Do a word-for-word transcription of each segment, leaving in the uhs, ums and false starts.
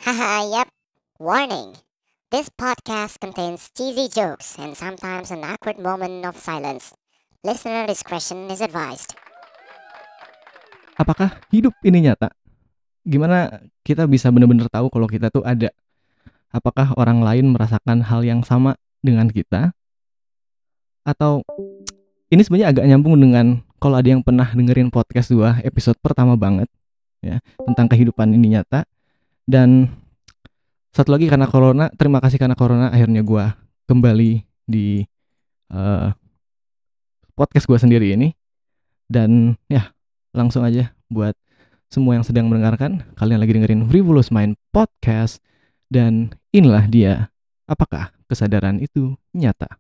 Haha, yep. Warning. This podcast contains cheesy jokes and sometimes an awkward moment of silence. Listener discretion is advised. Apakah hidup ini nyata? Gimana kita bisa benar-benar tahu kalau kita tuh ada? Apakah orang lain merasakan hal yang sama dengan kita? Atau ini sebenarnya agak nyambung dengan kalau ada yang pernah dengerin podcast gua episode pertama banget ya, tentang kehidupan ini nyata. Dan satu lagi karena corona, terima kasih karena corona akhirnya gua kembali di uh, podcast gua sendiri ini. Dan ya, langsung aja buat semua yang sedang mendengarkan, kalian lagi dengerin Frivolous Mind Podcast. Dan inilah dia, apakah kesadaran itu nyata?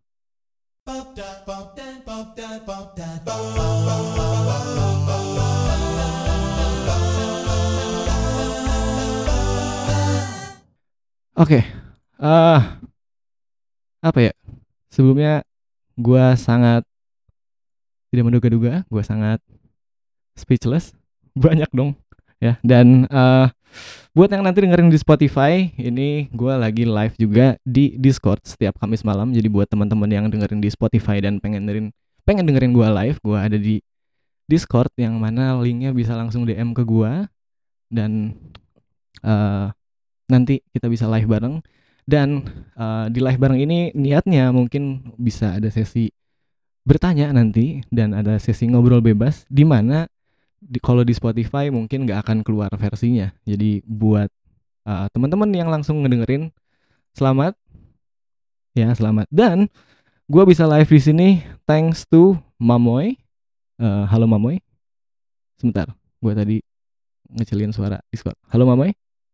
Oke, okay. uh, apa ya? Sebelumnya gue sangat tidak menduga-duga, gue sangat speechless, banyak dong ya. Dan uh, buat yang nanti dengerin di Spotify, ini gue lagi live juga di Discord setiap Kamis malam. Jadi buat teman-teman yang dengerin di Spotify dan pengen dengerin pengen dengerin gue live, gue ada di Discord yang mana linknya bisa langsung D M ke gue dan uh, nanti kita bisa live bareng. Dan uh, di live bareng ini niatnya mungkin bisa ada sesi bertanya nanti dan ada sesi ngobrol bebas di mana di, kalau di Spotify mungkin nggak akan keluar versinya. Jadi buat uh, teman-teman yang langsung ngedengerin, selamat ya, selamat. Dan gue bisa live di sini thanks to Mamoy. Uh, halo Mamoy. Sebentar, gue tadi ngecilin suara Discord. Halo Mamoy.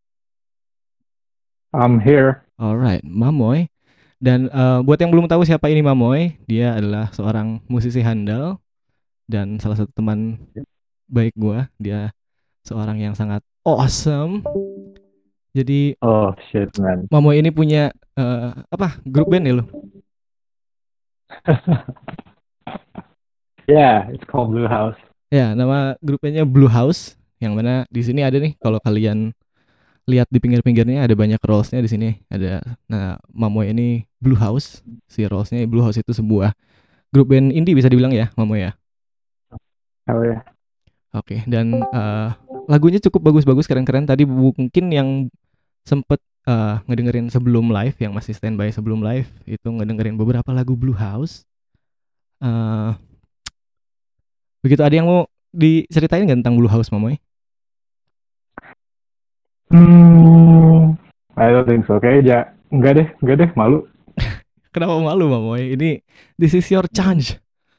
I'm here. Alright, Mamoy. Dan uh, buat yang belum tahu siapa ini Mamoy, dia adalah seorang musisi handal dan salah satu teman baik gue. Dia seorang yang sangat awesome. Jadi oh shit man, Mamoy ini punya uh, apa grup band ya lo? Yeah, it's called Blue House. Ya, nama grup bandnya Blue House. Yang mana di sini ada nih, kalau kalian lihat di pinggir-pinggirnya ada banyak rollsnya di sini. Ada, nah Mamoy ini Blue House. Si rollsnya Blue House itu sebuah grup band indie bisa dibilang ya, Mamoy ya. Oh ya. Yeah. Oke, okay, dan uh, lagunya cukup bagus-bagus, keren-keren. Tadi mungkin yang sempet uh, ngedengerin sebelum live, yang masih standby sebelum live, itu ngedengerin beberapa lagu Blue House. Uh, begitu, ada yang mau diceritain nggak tentang Blue House, Mamoy? Hmm, I don't think so. Oke, ja, enggak deh, enggak deh, malu. Kenapa malu, Mamoy? Ini this is your chance.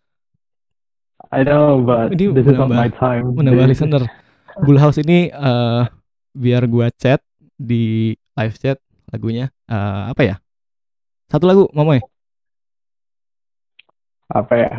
I know, but ini this is not menambah, my time. Menambah listener. Blue House ini uh, biar gua chat di live chat lagunya uh, apa ya? Satu lagu, Mamoy. Apa ya?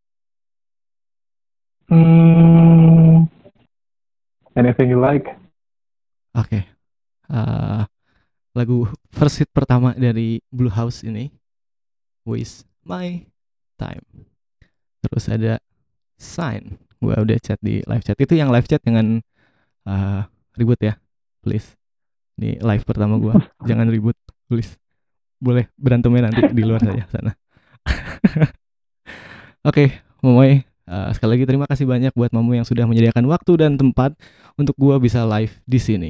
Hmm, anything you like. Oke. Okay. Uh, lagu first hit pertama dari Blue House ini, Waste My Time. Terus ada Sign. Gua udah chat di live chat. Itu yang live chat dengan uh, ribut ya, please. Ini live pertama gua, jangan ribut, please. Boleh berantemnya nanti di luar saja sana. Oke, okay, Mamoy. Uh, sekali lagi terima kasih banyak buat Mamoy yang sudah menyediakan waktu dan tempat untuk gua bisa live di sini.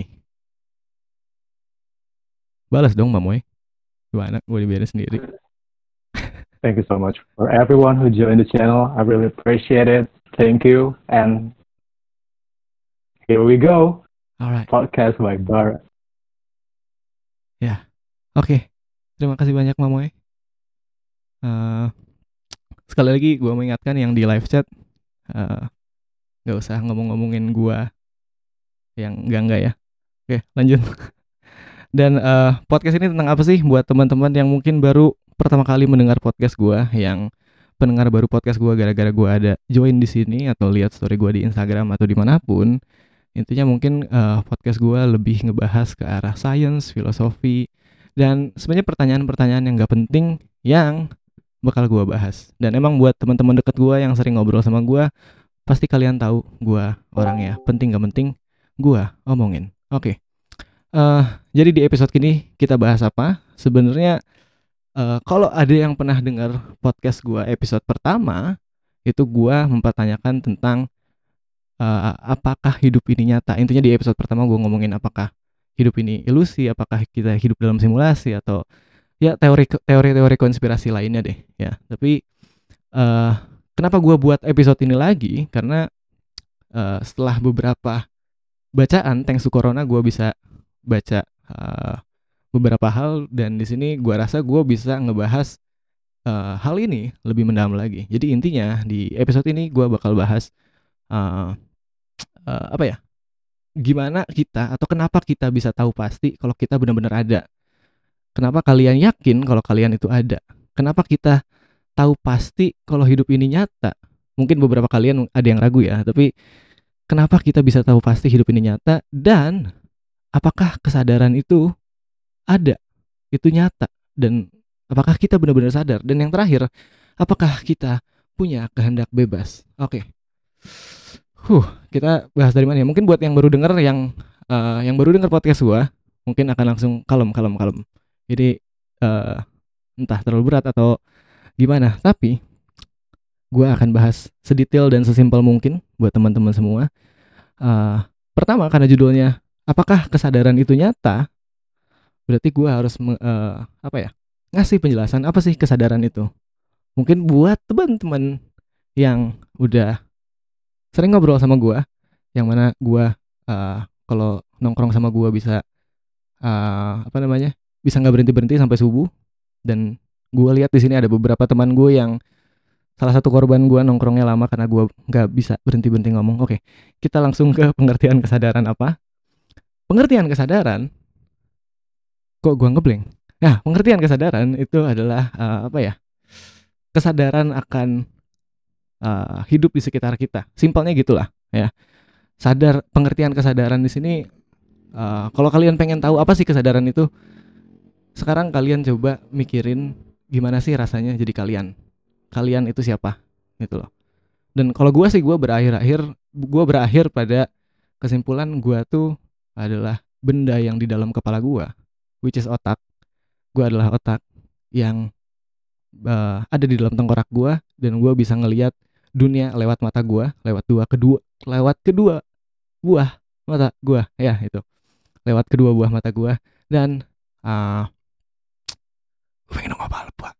Balas dong Mamoy. Gimana? Gue dibiarin sendiri. Thank you so much for everyone who joined the channel. I really appreciate it. Thank you. And here we go. Alright. Podcast by Bar. Ya. Oke. Okay. Terima kasih banyak Mamoy. Uh, sekali lagi gue mengingatkan yang di live chat, uh, gak usah ngomong-ngomongin gue yang enggak-enggak ya. Oke, okay, lanjut. Dan uh, podcast ini tentang apa sih buat teman-teman yang mungkin baru pertama kali mendengar podcast gue, yang pendengar baru podcast gue gara-gara gue ada join di sini atau lihat story gue di Instagram atau dimanapun. Intinya mungkin uh, podcast gue lebih ngebahas ke arah science, filosofi, dan sebenarnya pertanyaan-pertanyaan yang gak penting yang bakal gue bahas. Dan emang buat teman-teman deket gue yang sering ngobrol sama gue, pasti kalian tahu gue orangnya penting gak penting gue omongin. Oke. Okay. Uh, jadi di episode ini kita bahas apa? Sebenarnya uh, kalau ada yang pernah dengar podcast gue episode pertama, itu gue mempertanyakan tentang uh, apakah hidup ini nyata. Intinya di episode pertama gue ngomongin apakah hidup ini ilusi, apakah kita hidup dalam simulasi atau ya teori teori-teori konspirasi lainnya deh. Ya, tapi uh, kenapa gue buat episode ini lagi? Karena uh, setelah beberapa bacaan thanks to corona gue bisa baca uh, beberapa hal dan di sini gue rasa gue bisa ngebahas uh, hal ini lebih mendalam lagi. Jadi intinya di episode ini gue bakal bahas uh, uh, apa ya? Gimana kita atau kenapa kita bisa tahu pasti kalau kita benar-benar ada? Kenapa kalian yakin kalau kalian itu ada? Kenapa kita tahu pasti kalau hidup ini nyata? Mungkin beberapa kalian ada yang ragu ya, tapi kenapa kita bisa tahu pasti hidup ini nyata dan apakah kesadaran itu ada, itu nyata, dan apakah kita benar-benar sadar? Dan yang terakhir, apakah kita punya kehendak bebas? Oke, huh, kita bahas dari mana ya? Mungkin buat yang baru dengar, yang uh, yang baru dengar podcast gua, mungkin akan langsung kalem, kalem, kalem. Jadi uh, entah terlalu berat atau gimana, tapi gua akan bahas sedetail dan sesimpel mungkin buat teman-teman semua. Uh, pertama, karena judulnya apakah kesadaran itu nyata? Berarti gue harus uh, apa ya ngasih penjelasan apa sih kesadaran itu. Mungkin buat teman-teman yang udah sering ngobrol sama gue, yang mana gue uh, kalau nongkrong sama gue bisa uh, apa namanya bisa nggak berhenti berhenti sampai subuh. Dan gue lihat di sini ada beberapa teman gue yang salah satu korban gue nongkrongnya lama karena gue nggak bisa berhenti berhenti ngomong. Oke, kita langsung ke pengertian kesadaran apa? Pengertian kesadaran. Kok gue ngeblank? Nah, pengertian kesadaran itu adalah uh, apa ya? Kesadaran akan uh, hidup di sekitar kita. Simpelnya gitulah, ya. Sadar, pengertian kesadaran di sini. Uh, kalau kalian pengen tahu apa sih kesadaran itu, sekarang kalian coba mikirin gimana sih rasanya jadi kalian. Kalian itu siapa? Gitu loh. Dan kalau gue sih gue berakhir-akhir, gue berakhir pada kesimpulan gue tuh adalah benda yang di dalam kepala gue, which is otak. Gue adalah otak yang uh, ada di dalam tengkorak gue, dan gue bisa ngelihat dunia lewat mata gue, lewat dua kedua, lewat kedua buah mata gue, ya itu, lewat kedua buah mata gue. Dan uh, gue pengen ngomong apa lupa.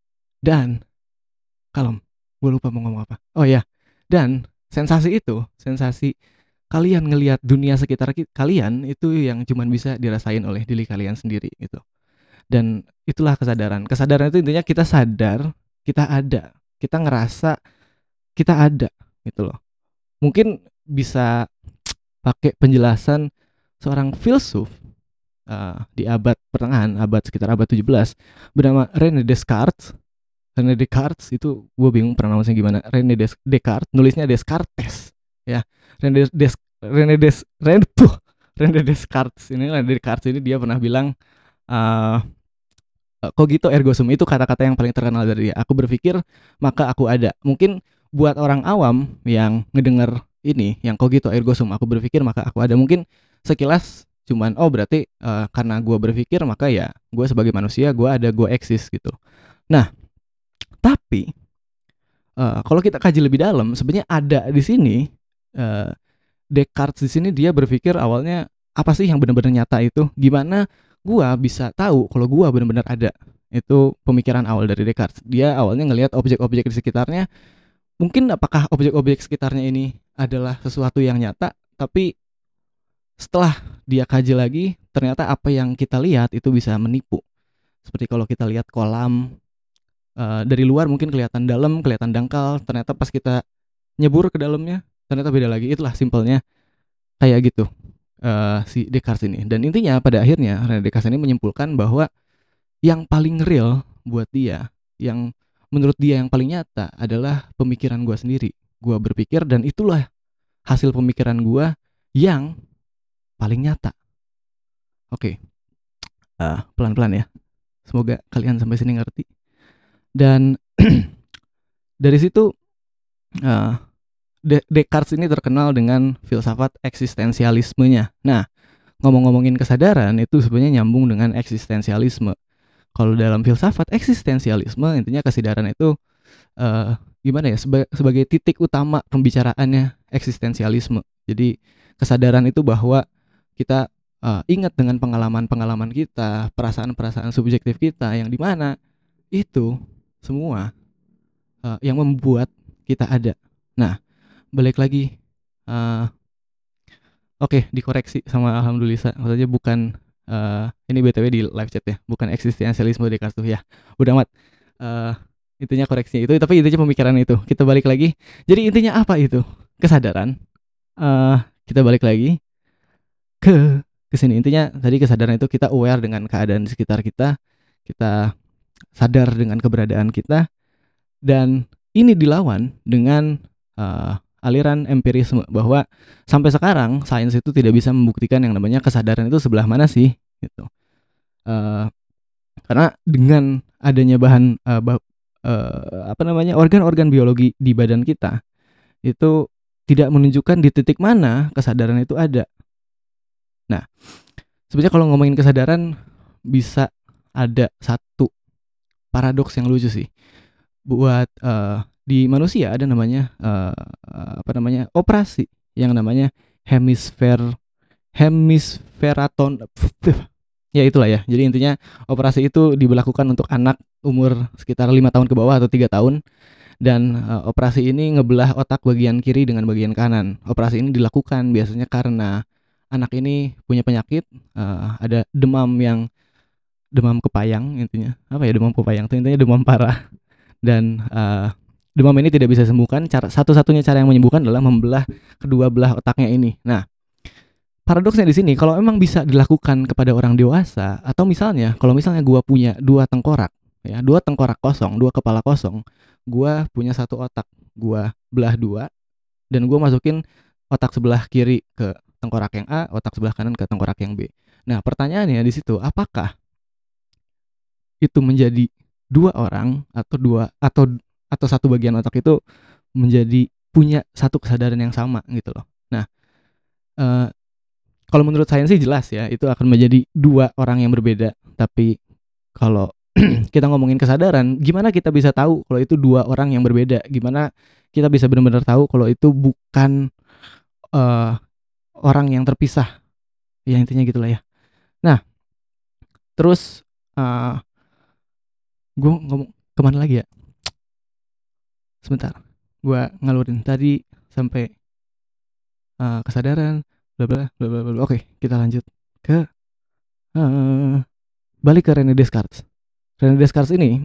Dan kalem, gue lupa mau ngomong apa. Oh ya, dan sensasi itu, sensasi kalian ngelihat dunia sekitar kalian itu yang cuman bisa dirasain oleh diri kalian sendiri gitu. Dan itulah kesadaran. Kesadaran itu intinya kita sadar, kita ada, kita ngerasa kita ada gitu loh. Mungkin bisa pakai penjelasan seorang filsuf uh, di abad pertengahan, abad sekitar abad tujuh belas, bernama René Descartes. René Descartes itu gue bingung pronunciasinya gimana. René Des- Descartes, nulisnya Descartes ya. René Des René Des René tuh René Descartes ini, René Descartes ini dia pernah bilang uh, cogito ergo sum, itu kata-kata yang paling terkenal dari dia. Aku berpikir maka aku ada. Mungkin buat orang awam yang ngedenger ini, yang cogito ergo sum, aku berpikir maka aku ada, mungkin sekilas cuman oh berarti uh, karena gue berpikir maka ya gue sebagai manusia gue ada, gue eksis gitu. Nah, tapi uh, kalau kita kaji lebih dalam, sebenarnya ada di sini. uh, Descartes di sini dia berpikir awalnya apa sih yang benar-benar nyata itu? Gimana gua bisa tahu kalau gua benar-benar ada? Itu pemikiran awal dari Descartes. Dia awalnya ngelihat objek-objek di sekitarnya. Mungkin apakah objek-objek sekitarnya ini adalah sesuatu yang nyata, tapi setelah dia kaji lagi, ternyata apa yang kita lihat itu bisa menipu. Seperti kalau kita lihat kolam uh, dari luar mungkin kelihatan dalam, kelihatan dangkal, ternyata pas kita nyebur ke dalamnya ternyata beda lagi. Itulah simpelnya kayak gitu uh, si Descartes ini. Dan intinya pada akhirnya René Descartes ini menyimpulkan bahwa yang paling real buat dia, yang menurut dia yang paling nyata adalah pemikiran gue sendiri. Gue berpikir dan itulah hasil pemikiran gue yang paling nyata. Oke, okay. uh, pelan-pelan ya. Semoga kalian sampai sini ngerti. Dan dari situ uh, Descartes ini terkenal dengan filsafat eksistensialismenya. Nah, ngomong-ngomongin kesadaran itu sebenarnya nyambung dengan eksistensialisme. Kalau dalam filsafat eksistensialisme intinya kesadaran itu uh, gimana ya seba- sebagai titik utama pembicaraannya eksistensialisme. Jadi kesadaran itu bahwa kita uh, ingat dengan pengalaman-pengalaman kita, perasaan-perasaan subjektif kita yang dimana itu semua uh, yang membuat kita ada. Nah, balik lagi. Uh, Oke, okay, dikoreksi sama Alhamdulillah. Maksudnya bukan uh, ini B T W di live chat ya, bukan eksistensialisme Descartes tuh ya. Udah amat. Uh, intinya koreksinya itu, tapi intinya pemikiran itu. Kita balik lagi. Jadi intinya apa itu? Kesadaran. Uh, kita balik lagi ke ke sini. Intinya tadi kesadaran itu kita aware dengan keadaan di sekitar kita, kita sadar dengan keberadaan kita, dan ini dilawan dengan uh, aliran empirisme bahwa sampai sekarang sains itu tidak bisa membuktikan yang namanya kesadaran itu sebelah mana sih gitu. Uh, karena dengan adanya bahan uh, bah, uh, apa namanya organ-organ biologi di badan kita itu tidak menunjukkan di titik mana kesadaran itu ada. Nah, sebenarnya kalau ngomongin kesadaran bisa ada satu paradoks yang lucu sih buat uh, di manusia ada namanya uh, apa namanya operasi yang namanya hemisfer hemisferaton ya itulah ya. Jadi intinya operasi itu diberlakukan untuk anak umur sekitar lima tahun ke bawah atau tiga tahun, dan uh, operasi ini ngebelah otak bagian kiri dengan bagian kanan. Operasi ini dilakukan biasanya karena anak ini punya penyakit, uh, ada demam yang demam kepayang intinya apa ya demam kepayang itu intinya demam parah, dan uh, demam ini tidak bisa disembuhkan. Cara satu-satunya cara yang menyembuhkan adalah membelah kedua belah otaknya ini. Nah, paradoksnya di sini kalau memang bisa dilakukan kepada orang dewasa, atau misalnya kalau misalnya gua punya dua tengkorak, ya dua tengkorak kosong, dua kepala kosong, gua punya satu otak, gua belah dua, dan gua masukin otak sebelah kiri ke tengkorak yang A, otak sebelah kanan ke tengkorak yang B. Nah, pertanyaannya di situ, apakah itu menjadi dua orang atau dua atau atau satu bagian otak itu menjadi punya satu kesadaran yang sama gitu loh. Nah, uh, kalau menurut sains sih jelas ya itu akan menjadi dua orang yang berbeda. Tapi kalau kita ngomongin kesadaran, gimana kita bisa tahu kalau itu dua orang yang berbeda? Gimana kita bisa benar-benar tahu kalau itu bukan uh, orang yang terpisah? Ya intinya gitulah ya. Nah, terus uh, gue ngomong kemana lagi ya? Sebentar, gue ngalurin tadi sampai uh, kesadaran, bla bla bla bla bla. Oke, kita lanjut ke uh, balik ke René Descartes. René Descartes ini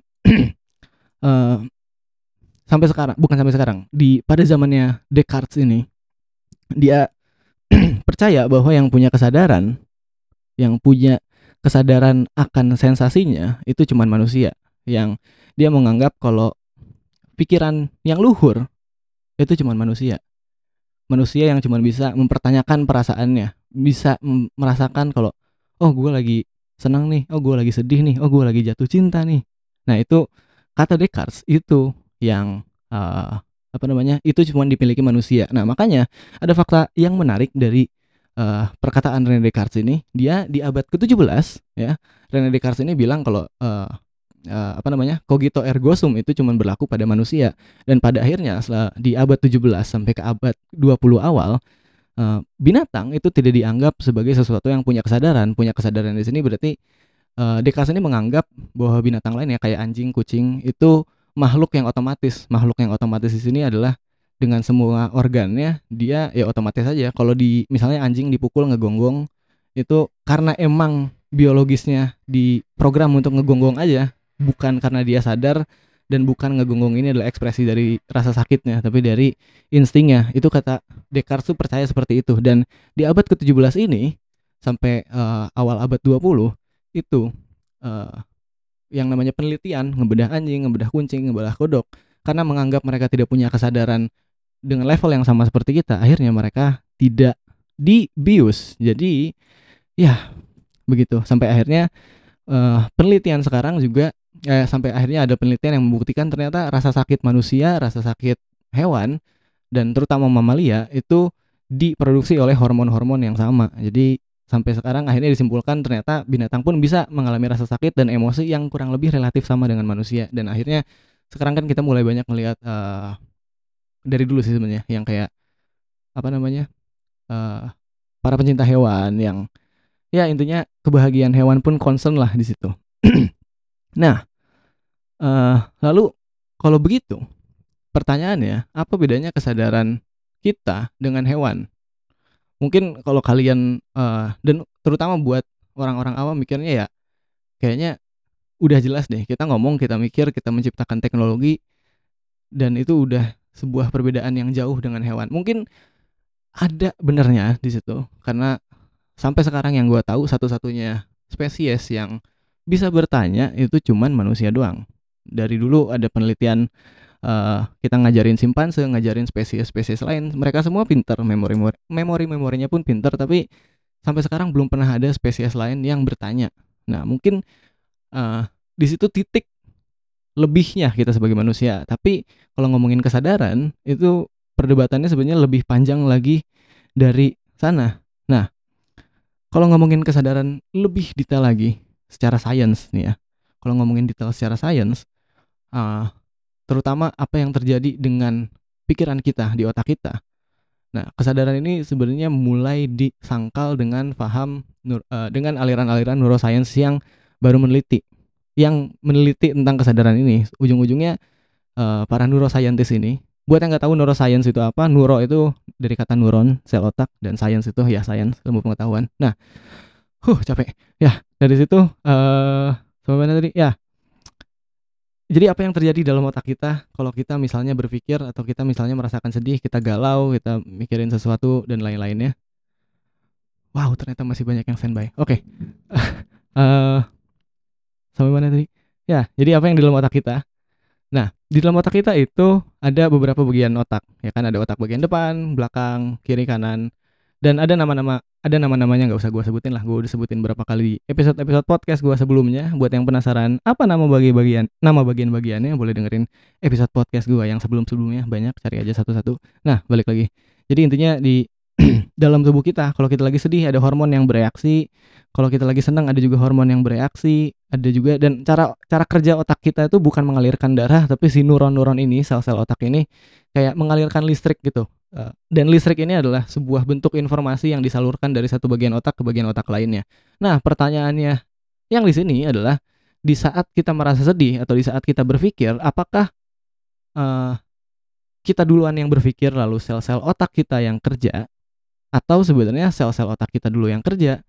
uh, sampai sekarang, bukan sampai sekarang, di pada zamannya Descartes ini dia percaya bahwa yang punya kesadaran, yang punya kesadaran akan sensasinya itu cuma manusia. Yang dia menganggap kalau pikiran yang luhur itu cuma manusia. Manusia yang cuma bisa mempertanyakan perasaannya, bisa m- merasakan kalau oh gue lagi senang nih, oh gue lagi sedih nih, oh gue lagi jatuh cinta nih. Nah itu kata Descartes itu yang uh, apa namanya itu cuma dimiliki manusia. Nah makanya ada fakta yang menarik dari uh, perkataan René Descartes ini. Dia di abad ke tujuh belas ya, René Descartes ini bilang kalau uh, Uh, apa namanya cogito ergo sum itu cuma berlaku pada manusia, dan pada akhirnya setelah di abad tujuh belas sampai ke abad dua puluh awal uh, binatang itu tidak dianggap sebagai sesuatu yang punya kesadaran. Punya kesadaran di sini berarti uh, Descartes ini menganggap bahwa binatang lain ya kayak anjing, kucing itu makhluk yang otomatis. Makhluk yang otomatis di sini adalah dengan semua organnya dia ya otomatis saja. Kalau di misalnya anjing dipukul ngegonggong itu karena emang biologisnya diprogram untuk ngegonggong aja, bukan karena dia sadar, dan bukan ngegonggong ini adalah ekspresi dari rasa sakitnya, tapi dari instingnya. Itu kata Descartes tuh percaya seperti itu. Dan di abad ke tujuh belas ini sampai uh, awal abad dua puluh itu uh, yang namanya penelitian ngebedah anjing, ngebedah kucing, ngebedah kodok, karena menganggap mereka tidak punya kesadaran dengan level yang sama seperti kita, akhirnya mereka tidak dibius. Jadi ya begitu sampai akhirnya uh, penelitian sekarang juga Eh, sampai akhirnya ada penelitian yang membuktikan ternyata rasa sakit manusia, rasa sakit hewan, dan terutama mamalia itu diproduksi oleh hormon-hormon yang sama. Jadi sampai sekarang akhirnya disimpulkan ternyata binatang pun bisa mengalami rasa sakit dan emosi yang kurang lebih relatif sama dengan manusia. Dan akhirnya sekarang kan kita mulai banyak melihat uh, dari dulu sih sebenarnya yang kayak apa namanya uh, para pencinta hewan yang ya intinya kebahagiaan hewan pun concern lah di situ. Nah, uh, lalu kalau begitu pertanyaannya apa bedanya kesadaran kita dengan hewan? Mungkin kalau kalian uh, dan terutama buat orang-orang awam mikirnya ya kayaknya udah jelas deh, kita ngomong, kita mikir, kita menciptakan teknologi dan itu udah sebuah perbedaan yang jauh dengan hewan. Mungkin ada benarnya di situ karena sampai sekarang yang gue tahu satu-satunya spesies yang bisa bertanya itu cuman manusia doang. Dari dulu ada penelitian Uh, kita ngajarin simpanse, ngajarin spesies-spesies lain, mereka semua pintar, memori memori memorinya pun pintar, tapi sampai sekarang belum pernah ada spesies lain yang bertanya. Nah, mungkin uh, di situ titik lebihnya kita sebagai manusia. Tapi kalau ngomongin kesadaran, itu perdebatannya sebenarnya lebih panjang lagi dari sana. Nah, kalau ngomongin kesadaran lebih detail lagi secara sains nih ya. Kalau ngomongin detail secara sains, uh, terutama apa yang terjadi dengan pikiran kita di otak kita. Nah, kesadaran ini sebenarnya mulai disangkal dengan paham uh, dengan aliran-aliran neuroscience yang baru meneliti, yang meneliti tentang kesadaran ini. Ujung-ujungnya uh, para neuroscientist ini, buat yang nggak tahu neuroscience itu apa, neuro itu dari kata neuron, sel otak, dan science itu ya science, ilmu pengetahuan. Nah, huh capek. Ya dari situ, uh, sampai mana tadi? Ya. Jadi apa yang terjadi dalam otak kita kalau kita misalnya berpikir atau kita misalnya merasakan sedih, kita galau, kita mikirin sesuatu dan lain-lainnya. Wow, ternyata masih banyak yang standby. Oke. Okay. uh, sampai mana tadi? Ya, jadi apa yang di dalam otak kita? Nah, di dalam otak kita itu ada beberapa bagian otak. Ya kan, ada otak bagian depan, belakang, kiri, kanan. Dan ada nama-nama, ada nama-namanya, nggak usah gue sebutin lah, gue udah sebutin berapa kali episode-episode podcast gue sebelumnya. Buat yang penasaran apa nama bagian-bagian, nama bagian-bagiannya, boleh dengerin episode podcast gue yang sebelum-sebelumnya, banyak, cari aja satu-satu. Nah, balik lagi. Jadi intinya di dalam tubuh kita, kalau kita lagi sedih ada hormon yang bereaksi, kalau kita lagi senang ada juga hormon yang bereaksi, ada juga, dan cara cara kerja otak kita itu bukan mengalirkan darah, tapi si neuron-neuron ini, sel-sel otak ini kayak mengalirkan listrik gitu. Dan listrik ini adalah sebuah bentuk informasi yang disalurkan dari satu bagian otak ke bagian otak lainnya. Nah, pertanyaannya yang di sini adalah di saat kita merasa sedih atau di saat kita berpikir, apakah uh, kita duluan yang berpikir lalu sel-sel otak kita yang kerja, atau sebenarnya sel-sel otak kita dulu yang kerja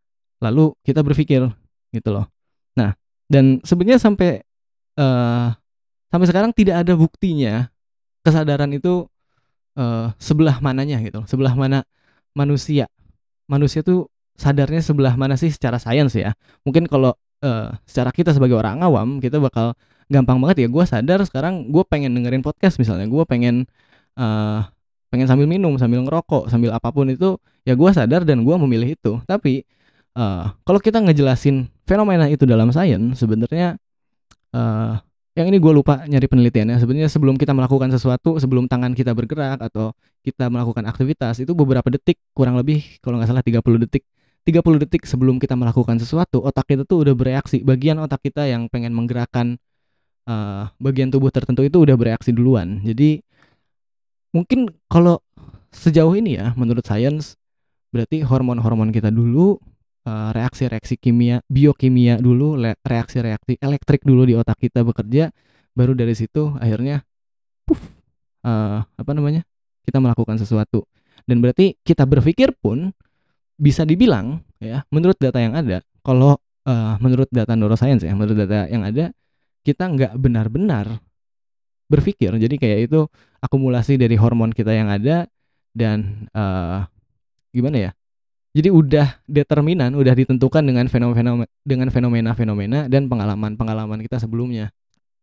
lalu kita berpikir gitu loh. Nah, dan sebenarnya sampai uh, sampai sekarang tidak ada buktinya kesadaran itu Uh, sebelah mananya gitu, sebelah mana manusia manusia tuh sadarnya sebelah mana sih secara sains ya. Mungkin kalau uh, secara kita sebagai orang awam kita bakal gampang banget ya, gue sadar sekarang gue pengen dengerin podcast misalnya, gue pengen uh, pengen sambil minum, sambil ngerokok, sambil apapun itu ya gue sadar dan gue memilih itu. Tapi uh, kalau kita ngejelasin fenomena itu dalam sains sebenarnya uh, yang ini gue lupa nyari penelitiannya. Sebenarnya sebelum kita melakukan sesuatu, sebelum tangan kita bergerak atau kita melakukan aktivitas, itu beberapa detik, kurang lebih kalau nggak salah tiga puluh detik tiga puluh detik sebelum kita melakukan sesuatu, otak kita tuh udah bereaksi. Bagian otak kita yang pengen menggerakkan uh, bagian tubuh tertentu itu udah bereaksi duluan. Jadi mungkin kalau sejauh ini ya, menurut sains, berarti hormon-hormon kita dulu, Uh, reaksi-reaksi kimia, biokimia dulu, le- reaksi-reaksi elektrik dulu di otak kita bekerja, baru dari situ akhirnya puff, uh, apa namanya, kita melakukan sesuatu. Dan berarti kita berpikir pun bisa dibilang ya, menurut data yang ada, kalau uh, menurut data neuroscience ya, menurut data yang ada, kita nggak benar-benar berpikir. Jadi kayak itu akumulasi dari hormon kita yang ada dan uh, gimana ya, jadi udah determinan, udah ditentukan dengan fenomena dengan fenomena-fenomena dan pengalaman-pengalaman kita sebelumnya.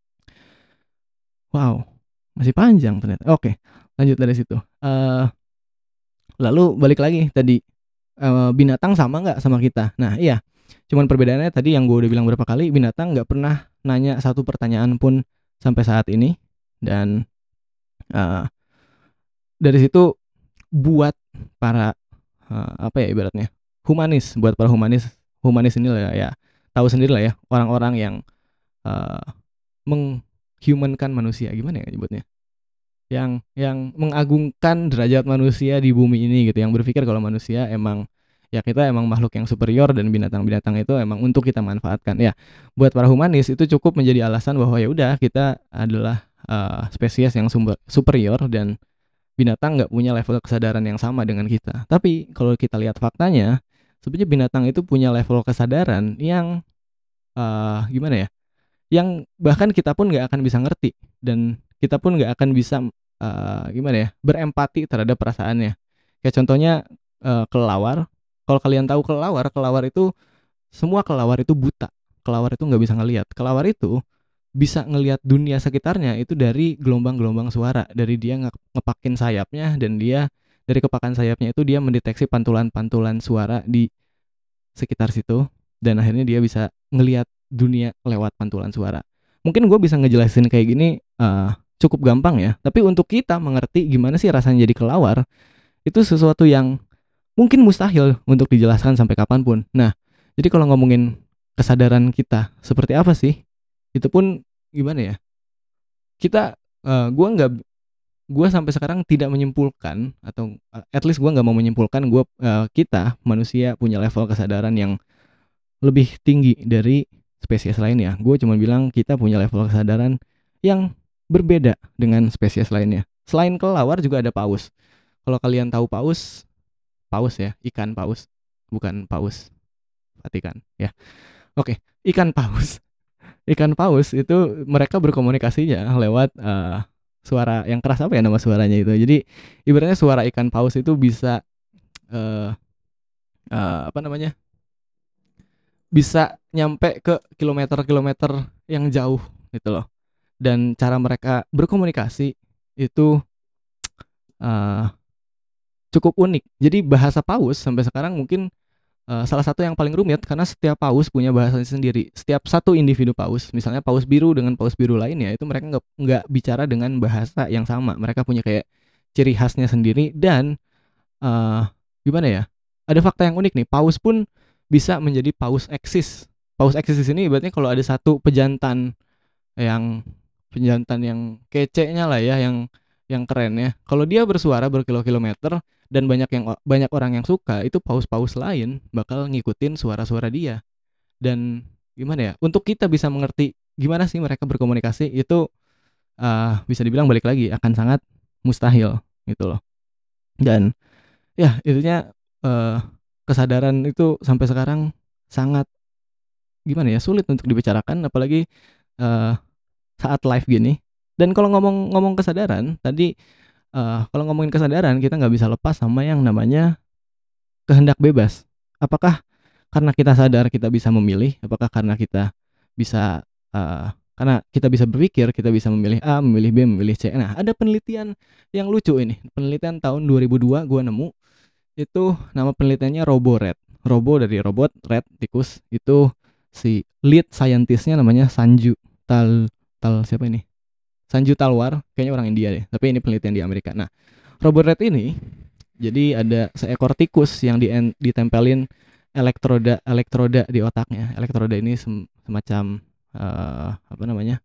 Wow, masih panjang ternyata. Oke, lanjut dari situ. Uh, lalu balik lagi tadi, uh, binatang sama nggak sama kita? Nah iya, cuman perbedaannya tadi yang gue udah bilang berapa kali, binatang nggak pernah nanya satu pertanyaan pun sampai saat ini. Dan uh, dari situ buat para Uh, apa ya ibaratnya, humanis, buat para humanis, humanis ini lah ya, tahu sendiri lah ya, orang-orang yang uh, menghumankan manusia, gimana ya nyebutnya? Yang yang mengagungkan derajat manusia di bumi ini gitu, yang berpikir kalau manusia emang ya kita emang makhluk yang superior dan binatang-binatang itu emang untuk kita manfaatkan. Ya, buat para humanis itu cukup menjadi alasan bahwa ya udah kita adalah uh, spesies yang sumber, superior dan binatang nggak punya level kesadaran yang sama dengan kita. Tapi kalau kita lihat faktanya, sebenarnya binatang itu punya level kesadaran yang uh, gimana ya? Yang bahkan kita pun nggak akan bisa ngerti dan kita pun nggak akan bisa uh, gimana ya berempati terhadap perasaannya. Kayak contohnya uh, kelelawar. Kalau kalian tahu kelelawar, kelelawar itu semua kelelawar itu buta. Kelelawar itu nggak bisa ngelihat. Kelelawar itu bisa ngelihat dunia sekitarnya itu dari gelombang-gelombang suara, dari dia nge- ngepakin sayapnya dan dia dari kepakan sayapnya itu dia mendeteksi pantulan-pantulan suara di sekitar situ dan akhirnya dia bisa ngelihat dunia lewat pantulan suara. Mungkin gue bisa ngejelasin kayak gini uh, cukup gampang ya, tapi untuk kita mengerti gimana sih rasanya jadi kelelawar itu sesuatu yang mungkin mustahil untuk dijelaskan sampai kapanpun. Nah, jadi kalau ngomongin kesadaran kita seperti apa sih, itu pun gimana ya? Kita, uh, gue nggak, gue sampai sekarang tidak menyimpulkan atau uh, at least gue nggak mau menyimpulkan gue uh, kita manusia punya level kesadaran yang lebih tinggi dari spesies lainnya. Gue cuma bilang kita punya level kesadaran yang berbeda dengan spesies lainnya. Selain kelelawar juga ada paus. Kalau kalian tahu paus, paus ya, ikan paus, bukan paus Vatikan ya. Oke, ikan paus. Ikan paus itu mereka berkomunikasinya lewat uh, suara yang keras, apa ya nama suaranya itu. Jadi ibaratnya suara ikan paus itu bisa uh, uh, apa namanya? bisa nyampe ke kilometer-kilometer yang jauh gitu loh. Dan cara mereka berkomunikasi itu uh, cukup unik. Jadi bahasa paus sampai sekarang mungkin uh, salah satu yang paling rumit karena setiap paus punya bahasanya sendiri. Setiap satu individu paus, misalnya paus biru dengan paus biru lainnya, itu mereka nggak nggak bicara dengan bahasa yang sama. Mereka punya kayak ciri khasnya sendiri dan uh, gimana ya? Ada fakta yang unik nih. Paus pun bisa menjadi paus eksis. Paus eksis di sini ibaratnya kalau ada satu pejantan yang pejantan yang kece-nya lah ya, yang yang keren ya. Kalau dia bersuara berkilo-kilometer dan banyak yang banyak orang yang suka, itu paus-paus lain bakal ngikutin suara-suara dia. Dan gimana ya? Untuk kita bisa mengerti gimana sih mereka berkomunikasi itu uh, bisa dibilang balik lagi akan sangat mustahil gitu loh. Dan ya intinya uh, kesadaran itu sampai sekarang sangat gimana ya sulit untuk dibicarakan apalagi uh, saat live gini. Dan kalau ngomong-ngomong kesadaran tadi uh, kalau ngomongin kesadaran kita nggak bisa lepas sama yang namanya kehendak bebas. Apakah karena kita sadar kita bisa memilih? Apakah karena kita bisa uh, karena kita bisa berpikir kita bisa memilih A, memilih B, memilih C. Nah ada penelitian yang lucu ini. Penelitian tahun dua ribu dua gue nemu. Itu nama penelitiannya RoboRat. Robo dari robot, rat tikus. Itu si lead scientistnya namanya Sanju Tal Tal siapa ini? Sanju Talwar, kayaknya orang India deh. Tapi ini penelitian di Amerika. Nah, RoboRat ini jadi ada seekor tikus yang di, ditempelin elektroda elektroda di otaknya. Elektroda ini sem, semacam uh, apa namanya?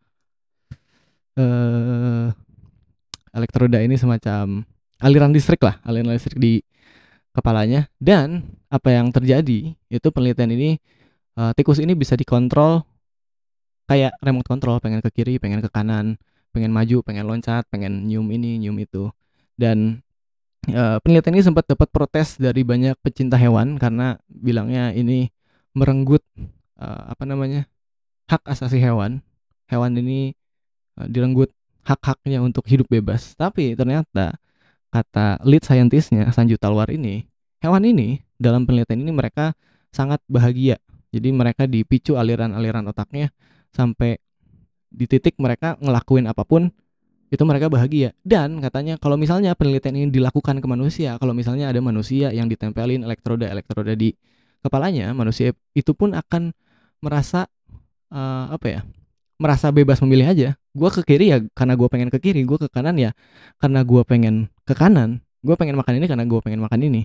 Uh, elektroda ini semacam aliran listrik lah, aliran listrik di kepalanya. Dan apa yang terjadi itu penelitian ini uh, tikus ini bisa dikontrol kayak remote control, pengen ke kiri, pengen ke kanan, pengen maju, pengen loncat, pengen nyium ini, nyium itu. Dan uh, penelitian ini sempat dapat protes dari banyak pecinta hewan karena bilangnya ini merenggut uh, apa namanya hak asasi hewan. Hewan ini uh, direnggut hak-haknya untuk hidup bebas. Tapi ternyata kata lead scientistnya Sanju Talwar ini, hewan ini dalam penelitian ini mereka sangat bahagia. Jadi mereka dipicu aliran-aliran otaknya sampai di titik mereka ngelakuin apapun itu mereka bahagia. Dan katanya kalau misalnya penelitian ini dilakukan ke manusia, kalau misalnya ada manusia yang ditempelin elektroda-elektroda di kepalanya, manusia itu pun akan merasa uh, apa ya? merasa bebas memilih aja. Gue ke kiri ya karena gue pengen ke kiri, gue ke kanan ya karena gue pengen ke kanan. Gue pengen makan ini karena gue pengen makan ini.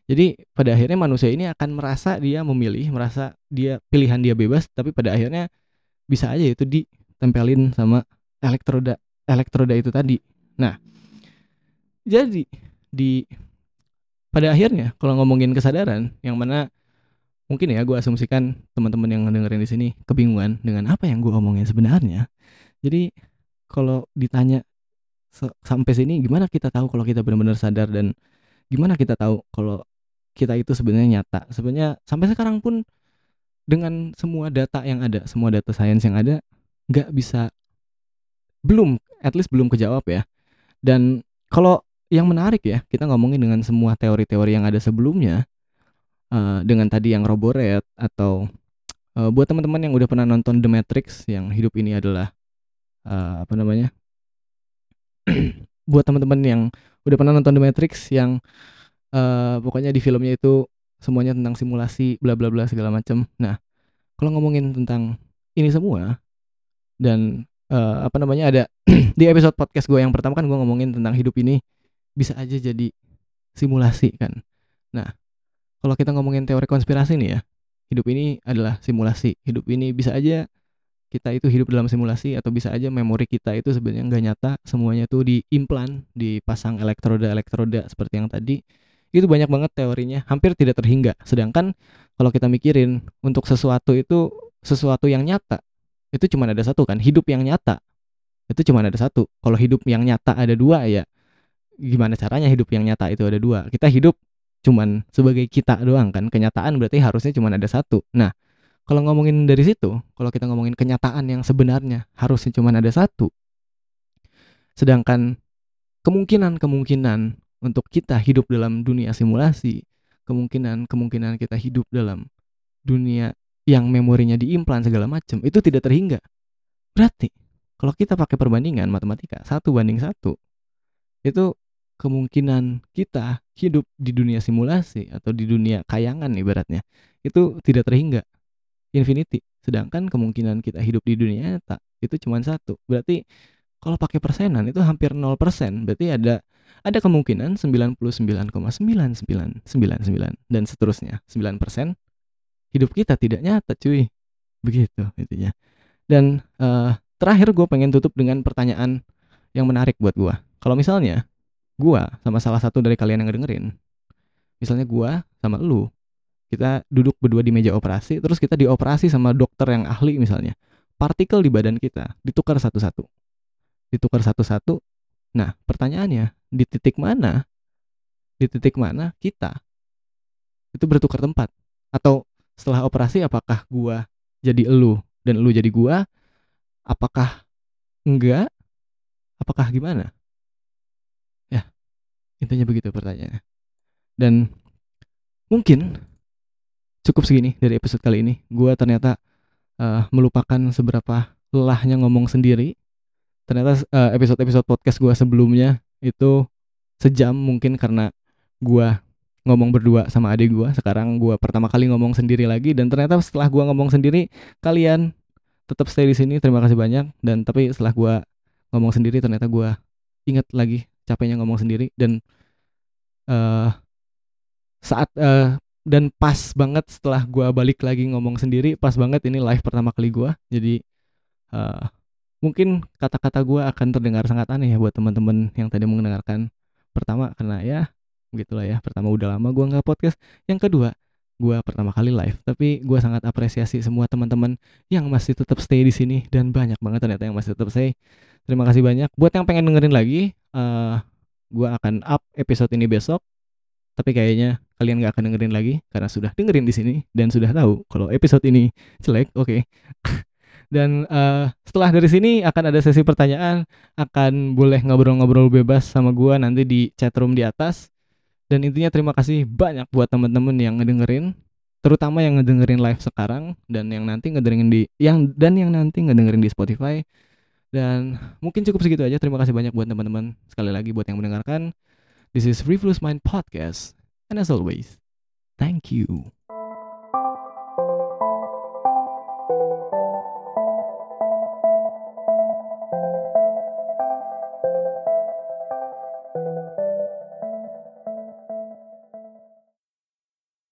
Jadi pada akhirnya manusia ini akan merasa dia memilih, merasa dia pilihan dia bebas, tapi pada akhirnya bisa aja itu ditempelin sama elektroda elektroda itu tadi. Nah, jadi di pada akhirnya kalau ngomongin kesadaran, yang mana mungkin ya gue asumsikan teman-teman yang ngedengerin di sini kebingungan dengan apa yang gue omongin sebenarnya. Jadi kalau ditanya se- sampai sini gimana kita tahu kalau kita benar-benar sadar, dan gimana kita tahu kalau kita itu sebenarnya nyata? Sebenarnya sampai sekarang pun dengan semua data yang ada, semua data science yang ada, nggak bisa, belum, at least belum kejawab ya. Dan kalau yang menarik ya, kita ngomongin dengan semua teori-teori yang ada sebelumnya, eh, dengan tadi yang Robored, atau eh, buat teman-teman yang udah pernah nonton The Matrix, yang hidup ini adalah eh, apa namanya? Buat teman-teman yang udah pernah nonton The Matrix, yang eh, pokoknya di filmnya itu semuanya tentang simulasi, bla bla bla segala macam. Nah, kalau ngomongin tentang ini semua, dan eh, apa namanya, ada di episode podcast gue yang pertama kan gue ngomongin tentang hidup ini bisa aja jadi simulasi kan. Nah, kalau kita ngomongin teori konspirasi nih ya, hidup ini adalah simulasi. Hidup ini bisa aja kita itu hidup dalam simulasi, atau bisa aja memori kita itu sebenarnya nggak nyata, semuanya tuh diimplan, dipasang elektroda-elektroda seperti yang tadi. Itu banyak banget teorinya, hampir tidak terhingga. Sedangkan kalau kita mikirin untuk sesuatu itu, sesuatu yang nyata, itu cuma ada satu kan, hidup yang nyata itu cuma ada satu. Kalau hidup yang nyata ada dua, ya gimana caranya hidup yang nyata itu ada dua? Kita hidup cuman sebagai kita doang kan, kenyataan berarti harusnya cuma ada satu. Nah, kalau ngomongin dari situ, kalau kita ngomongin kenyataan yang sebenarnya harusnya cuma ada satu, sedangkan kemungkinan-kemungkinan untuk kita hidup dalam dunia simulasi, kemungkinan-kemungkinan kita hidup dalam dunia yang memorinya diimplan segala macam, itu tidak terhingga. Berarti kalau kita pakai perbandingan matematika satu banding satu, itu kemungkinan kita hidup di dunia simulasi atau di dunia kayangan ibaratnya itu tidak terhingga, infinity. Sedangkan kemungkinan kita hidup di dunia nyata itu cuma satu. Berarti kalau pakai persenan itu hampir nol persen. Berarti ada ada kemungkinan sembilan puluh sembilan koma sembilan sembilan sembilan sembilan dan seterusnya sembilan persen hidup kita tidak nyata, cuy. Begitu intinya. Dan uh, terakhir gue pengen tutup dengan pertanyaan yang menarik buat gue. Kalau misalnya gue sama salah satu dari kalian yang ngedengerin, misalnya gue sama lu, kita duduk berdua di meja operasi, terus kita dioperasi sama dokter yang ahli misalnya, partikel di badan kita ditukar satu-satu, ditukar satu-satu. Nah, pertanyaannya, di titik mana, di titik mana kita itu bertukar tempat? Atau setelah operasi, apakah gue jadi elu dan elu jadi gue? Apakah enggak? Apakah gimana? Ya, intinya begitu pertanyaannya. Dan mungkin cukup segini dari episode kali ini. Gue ternyata uh, melupakan seberapa lelahnya ngomong sendiri. Ternyata uh, episode-episode podcast gue sebelumnya itu sejam, mungkin karena gue ngomong berdua sama adik gue. Sekarang gue pertama kali ngomong sendiri lagi, dan ternyata setelah gue ngomong sendiri, kalian tetap stay di sini. Terima kasih banyak. Dan tapi setelah gue ngomong sendiri, ternyata gue ingat lagi capeknya ngomong sendiri, dan uh, saat uh, dan pas banget setelah gue balik lagi ngomong sendiri, pas banget ini live pertama kali gue. Jadi uh, mungkin kata-kata gue akan terdengar sangat aneh ya buat teman-teman yang tadi mendengarkan. Pertama karena ya begitulah ya, pertama udah lama gue nggak podcast. Yang kedua, gue pertama kali live. Tapi gue sangat apresiasi semua teman-teman yang masih tetap stay di sini, dan banyak banget ternyata yang masih tetap stay. Terima kasih banyak. Buat yang pengen dengerin lagi, uh, gue akan up episode ini besok. Tapi kayaknya kalian gak akan dengerin lagi karena sudah dengerin di sini dan sudah tahu kalau episode ini jelek. Oke. Okay. Dan uh, setelah dari sini akan ada sesi pertanyaan, akan boleh ngobrol-ngobrol bebas sama gua nanti di chatroom di atas. Dan intinya terima kasih banyak buat teman-teman yang ngedengerin, terutama yang ngedengerin live sekarang, dan yang nanti ngedengerin di yang dan yang nanti ngedengerin di Spotify. Dan mungkin cukup segitu aja. Terima kasih banyak buat teman-teman, sekali lagi buat yang mendengarkan. This is Reflux Mind Podcast, and as always, thank you.